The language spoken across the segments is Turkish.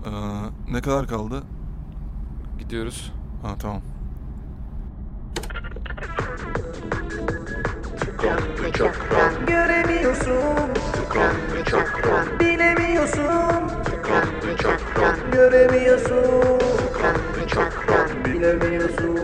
Ne kadar kaldı? Gidiyoruz. Ha, tamam. Tıkandı çakran, göremiyorsun. Tıkandı çakran, bilemiyorsun. Tıkandı çakran, göremiyorsun. Tıkandı çakran, bilemiyorsun.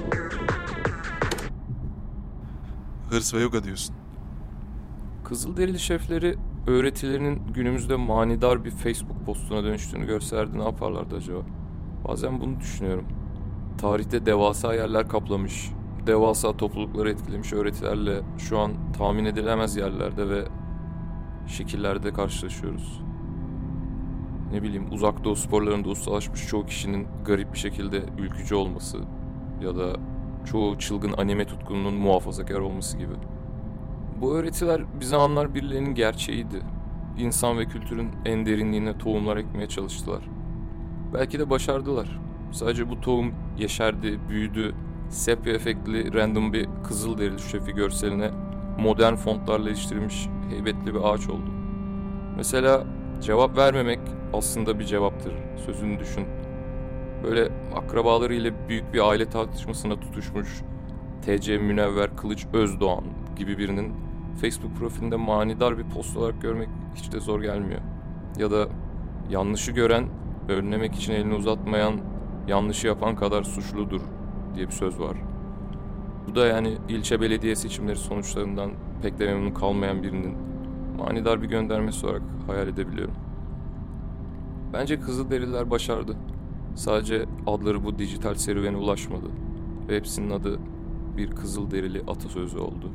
Hırs ve yoga diyorsun. Kızılderili şefleri öğretilerinin günümüzde manidar bir Facebook postuna dönüştüğünü görselerdi ne yaparlardı acaba? Bazen bunu düşünüyorum. Tarihte devasa yerler kaplamış, devasa toplulukları etkilemiş öğretilerle şu an tahmin edilemez yerlerde ve şekillerde karşılaşıyoruz. Ne bileyim, uzak doğu sporlarında ustalaşmış çoğu kişinin garip bir şekilde ülkücü olması ya da çoğu çılgın anime tutkununun muhafazakar olması gibi. Bu öğretiler bir zamanlar birilerinin gerçeğiydi. İnsan ve kültürün en derinliğine tohumlar ekmeye çalıştılar. Belki de başardılar. Sadece bu tohum yeşerdi, büyüdü, sepya efektli random bir kızılderili şefi görseline modern fontlarla iliştirilmiş heybetli bir ağaç oldu. Mesela cevap vermemek aslında bir cevaptır. Sözünü düşün. Böyle akrabalarıyla büyük bir aile tartışmasına tutuşmuş T.C. Münevver Kılıç Özdoğan gibi birinin Facebook profilinde manidar bir post olarak görmek hiç de zor gelmiyor. Ya da yanlışı gören ve önlemek için elini uzatmayan yanlışı yapan kadar suçludur diye bir söz var. Bu da yani ilçe belediye seçimleri sonuçlarından pek de memnun kalmayan birinin manidar bir göndermesi olarak hayal edebiliyorum. Bence Kızılderililer başardı. Sadece adları bu dijital serüvene ulaşmadı ve hepsinin adı bir Kızılderili atasözü oldu.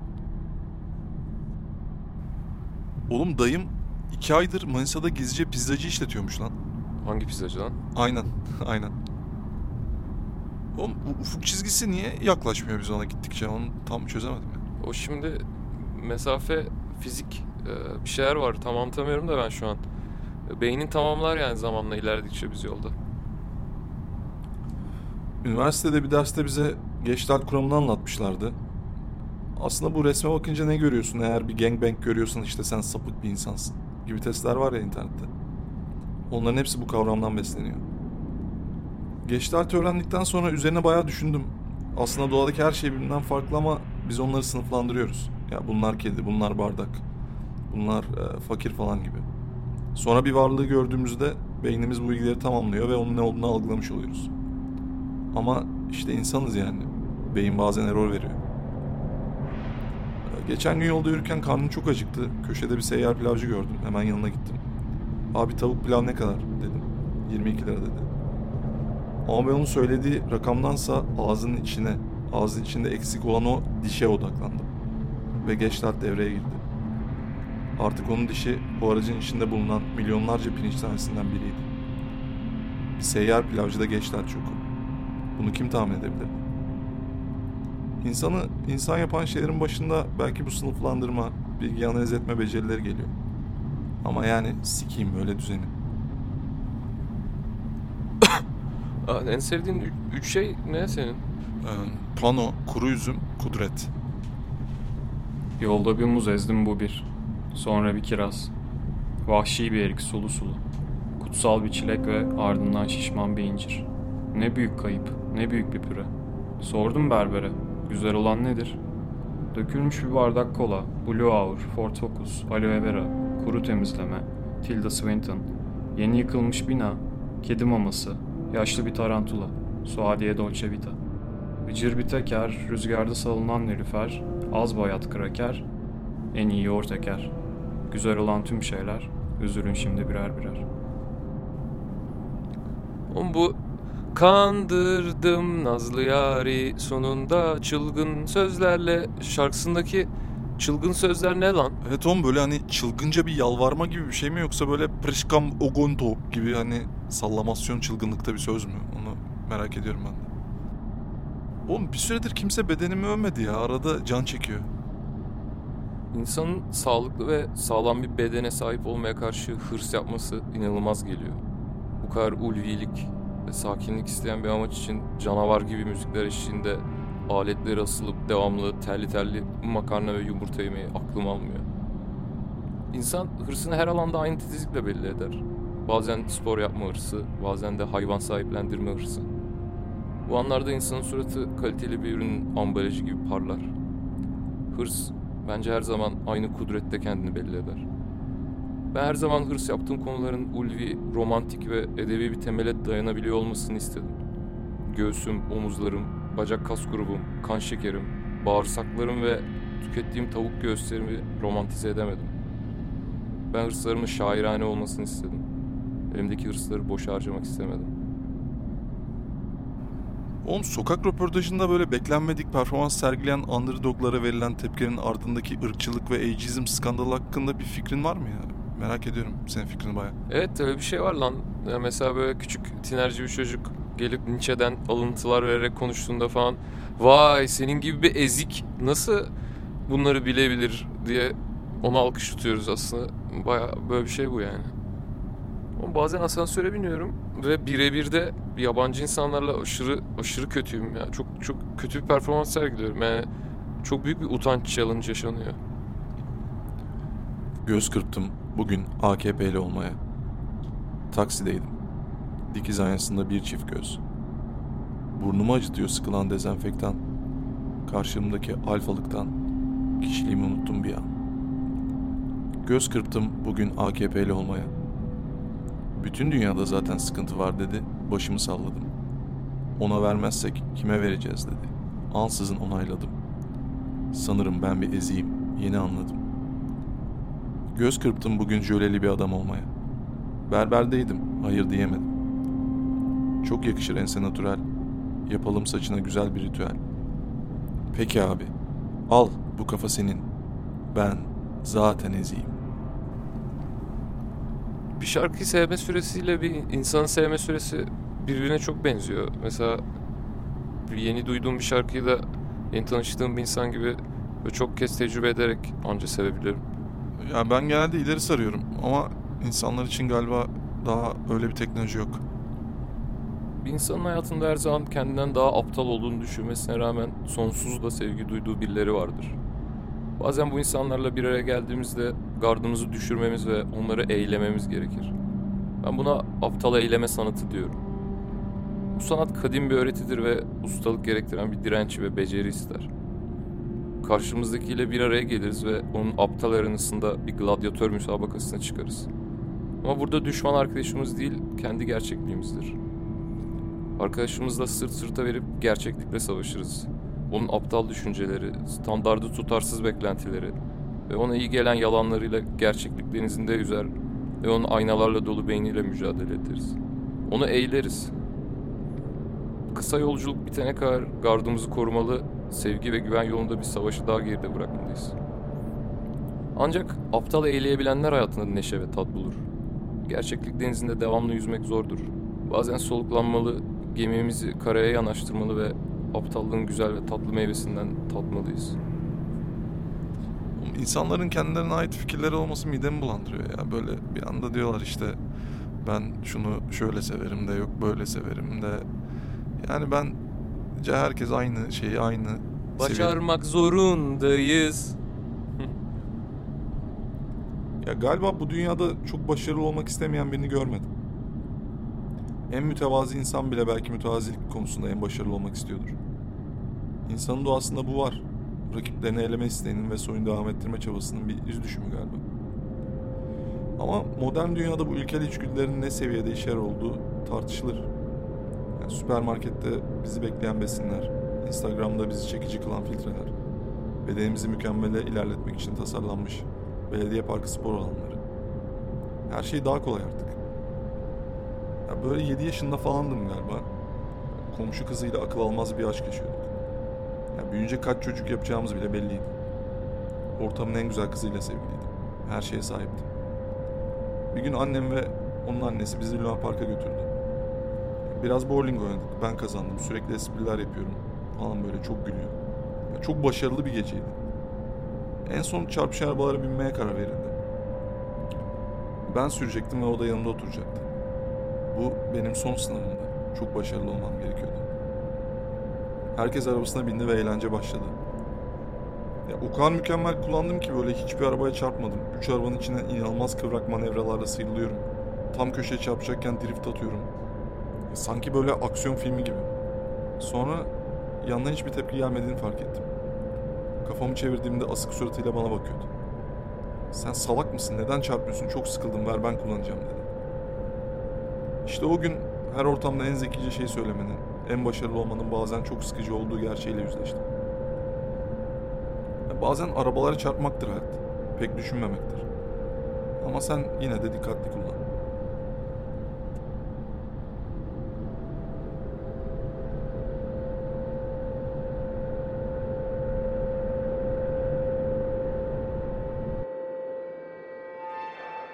Oğlum dayım 2 aydır Manisa'da gizlice pizzacı işletiyormuş lan. Hangi pizzacı lan? Aynen. Aynen. Oğlum bu ufuk çizgisi niye yaklaşmıyor biz ona gittikçe? Onu tam çözemedim ya. O şimdi mesafe, fizik bir şeyler var. Tam anlatamıyorum da ben şu an. Beynin tamamlar yani zamanla ilerledikçe biz yolda. Üniversitede bir derste bize Gestalt kuramını anlatmışlardı. Aslında bu resme bakınca ne görüyorsun? Eğer bir gangbang görüyorsan işte sen sapık bir insansın gibi testler var ya internette. Onların hepsi bu kavramdan besleniyor. Gestalt öğrendikten sonra üzerine bayağı düşündüm. Aslında doğadaki her şey birbirinden farklı ama biz onları sınıflandırıyoruz. Ya bunlar kedi, bunlar bardak, bunlar fakir falan gibi. Sonra bir varlığı gördüğümüzde beynimiz bu bilgileri tamamlıyor ve onun ne olduğunu algılamış oluyoruz. Ama işte insanız yani. Beyin bazen error veriyor. Geçen gün yolda yürürken karnım çok acıktı. Köşede bir seyyar pilavcı gördüm. Hemen yanına gittim. Abi tavuk pilav ne kadar dedim. 22 lira dedi. Ama ben onun söylediği rakamdansa ağzın içinde eksik olan o dişe odaklandım. Ve Gestalt devreye girdi. Artık onun dişi bu aracın içinde bulunan milyonlarca pirinç tanesinden biriydi. Bir seyyar pilavcıda Gestalt şoku. Bunu kim tahmin edebilir? İnsanı insan yapan şeylerin başında belki bu sınıflandırma, bilgi analiz etme becerileri geliyor. Ama yani sikeyim böyle düzeni. En sevdiğin üç şey ne senin? Pano, kuru üzüm, kudret. Yolda bir muz ezdim, bu bir. Sonra bir kiraz. Vahşi bir erik, sulu sulu. Kutsal bir çilek ve ardından şişman bir incir. Ne büyük kayıp, ne büyük bir püre. Sordum berbere, güzel olan nedir? Dökülmüş bir bardak kola, Blue Hour, Ford Focus, aloe vera, kuru temizleme, Tilda Swinton, yeni yıkılmış bina, kedi maması, yaşlı bir tarantula, Suadiye Dolce Vita. Bıcır bir teker, rüzgarda salınan nilüfer, az bayat kraker, en iyi yoğurt eker. Güzel olan tüm şeyler, üzülün şimdi birer birer. Oğlum bu kandırdım Nazlı yari sonunda çılgın sözlerle şarkısındaki çılgın sözler ne lan? Evet oğlum, böyle hani çılgınca bir yalvarma gibi bir şey mi, yoksa böyle prişkam ogonto gibi hani sallamasyon çılgınlıkta bir söz mü? Onu merak ediyorum ben de. Oğlum bir süredir kimse bedenimi övmedi ya, arada can çekiyor. İnsanın sağlıklı ve sağlam bir bedene sahip olmaya karşı hırs yapması inanılmaz geliyor. Bu kadar ulvilik ve sakinlik isteyen bir amaç için canavar gibi müzikler eşliğinde aletleri asılıp devamlı terli terli makarna ve yumurta yemeyi aklım almıyor. İnsan hırsını her alanda aynı titizlikle belli eder. Bazen spor yapma hırsı, bazen de hayvan sahiplendirme hırsı. Bu anlarda insanın suratı kaliteli bir ürünün ambalajı gibi parlar. Hırs bence her zaman aynı kudrette kendini belli eder. Ben her zaman hırs yaptığım konuların ulvi, romantik ve edebi bir temele dayanabiliyor olmasını istedim. Göğsüm, omuzlarım, bacak kas grubum, kan şekerim, bağırsaklarım ve tükettiğim tavuk göğüslerimi romantize edemedim. Ben hırslarımın şairane olmasını istedim. Elimdeki hırsları boşa harcamak istemedim. Oğlum sokak röportajında böyle beklenmedik performans sergileyen underdoglara verilen tepkilerin ardındaki ırkçılık ve ageizm skandalı hakkında bir fikrin var mı ya? Merak ediyorum senin fikrini baya. Evet, öyle bir şey var lan. Ya mesela böyle küçük tinerci bir çocuk gelip Nietzsche'den alıntılar vererek konuştuğunda falan, vay senin gibi bir ezik nasıl bunları bilebilir diye ona alkış tutuyoruz aslında. Baya böyle bir şey bu yani. Ama bazen asansöre biniyorum ve birebir de yabancı insanlarla aşırı kötüyüm ya. Çok kötü bir performans sergiliyorum. Yani çok büyük bir utanç challenge yaşanıyor. Göz kırptım bugün AKP'li olmaya. Taksideydim. Dikiz aynasında bir çift göz. Burnumu acıtıyor sıkılan dezenfektan. Karşımdaki alfalıktan kişiliğimi unuttum bir an. Göz kırptım bugün AKP'li olmaya. Bütün dünyada zaten sıkıntı var dedi, başımı salladım. Ona vermezsek kime vereceğiz dedi. Ansızın onayladım. Sanırım ben bir eziyim, yeni anladım. Göz kırptım bugün jöleli bir adam olmaya. Berberdeydim, hayır diyemedim. Çok yakışır ense natürel. Yapalım saçına güzel bir ritüel. Peki abi, al bu kafa senin. Ben zaten eziyim. Bir şarkıyı sevme süresiyle bir insanın sevme süresi birbirine çok benziyor. Mesela yeni duyduğum bir şarkıyı da yeni tanıştığım bir insan gibi ve çok kez tecrübe ederek anca sevebilirim. Ya ben genelde ileri sarıyorum ama insanlar için galiba daha öyle bir teknoloji yok. Bir insanın hayatında her zaman kendinden daha aptal olduğunu düşünmesine rağmen sonsuz da sevgi duyduğu birileri vardır. Bazen bu insanlarla bir araya geldiğimizde gardımızı düşürmemiz ve onları eğlememiz gerekir. Ben buna aptal eğleme sanatı diyorum. Bu sanat kadim bir öğretidir ve ustalık gerektiren bir direnç ve beceri ister. Karşımızdakiyle bir araya geliriz ve onun aptal arenasında bir gladyatör müsabakasına çıkarız. Ama burada düşman arkadaşımız değil, kendi gerçekliğimizdir. Arkadaşımızla sırt sırta verip gerçeklikle savaşırız. Onun aptal düşünceleri, standardı tutarsız beklentileri ve ona iyi gelen yalanlarıyla gerçeklik denizinde yüzer ve onun aynalarla dolu beyniyle mücadele ederiz. Onu eğleriz. Kısa yolculuk bitene kadar gardımızı korumalı, sevgi ve güven yolunda bir savaşı daha geride bırakmalıyız. Ancak aptal eğleyebilenler hayatında neşe ve tat bulur. Gerçeklik denizinde devamlı yüzmek zordur. Bazen soluklanmalı, gemimizi karaya yanaştırmalı ve aptallığın güzel ve tatlı meyvesinden tatmalıyız. İnsanların kendilerine ait fikirleri olması midemi bulandırıyor ya. Böyle bir anda diyorlar işte ben şunu şöyle severim de yok böyle severim de. Yani bence herkes aynı şeyi aynı Başarmak zorundayız. Ya galiba bu dünyada çok başarılı olmak istemeyen birini görmedim. En mütevazi insan bile belki mütevazilik konusunda en başarılı olmak istiyordur. İnsanın doğasında bu var. Rakiplerini eleme isteğinin ve soyunu devam ettirme çabasının bir iz düşümü galiba. Ama modern dünyada bu ilkel içgüdülerin ne seviyede işe yarar olduğu tartışılır. Yani süpermarkette bizi bekleyen besinler, Instagram'da bizi çekici kılan filtreler, bedenimizi mükemmele ilerletmek için tasarlanmış belediye parkı spor alanları. Her şey daha kolay artık. Ya böyle 7 yaşında falandım galiba. Komşu kızıyla akıl almaz bir aşk yaşıyorduk. Ya büyüyünce kaç çocuk yapacağımız bile belliydi. Ortamın en güzel kızıyla sevgiliydim. Her şeye sahiptim. Bir gün annem ve onun annesi bizi Luna Park'a götürdü. Biraz bowling oynadık. Ben kazandım. Sürekli espriler yapıyorum. Falan böyle çok gülüyor. Ya çok başarılı bir geceydi. En son çarpışan arabalara binmeye karar verildi. Ben sürecektim ve o da yanımda oturacaktı. Bu benim son sınavımdı. Çok başarılı olmam gerekiyordu. Herkes arabasına bindi ve eğlence başladı. Ya o kadar mükemmel kullandım ki böyle hiçbir arabaya çarpmadım. 3 arabanın içinden inanılmaz kıvrak manevralarla sıyrılıyorum. Tam köşeye çarpacakken drift atıyorum. Sanki böyle aksiyon filmi gibi. Sonra yandan hiçbir tepki gelmediğini fark ettim. Kafamı çevirdiğimde asık suratıyla bana bakıyordu. Sen salak mısın? Neden çarpıyorsun? Çok sıkıldım. Ver ben kullanacağım dedi. İşte o gün her ortamda en zekice şey söylemenin, en başarılı olmanın bazen çok sıkıcı olduğu gerçeğiyle yüzleştim. Bazen arabalara çarpmaktır hayat. Pek düşünmemektir. Ama sen yine de dikkatli kullan.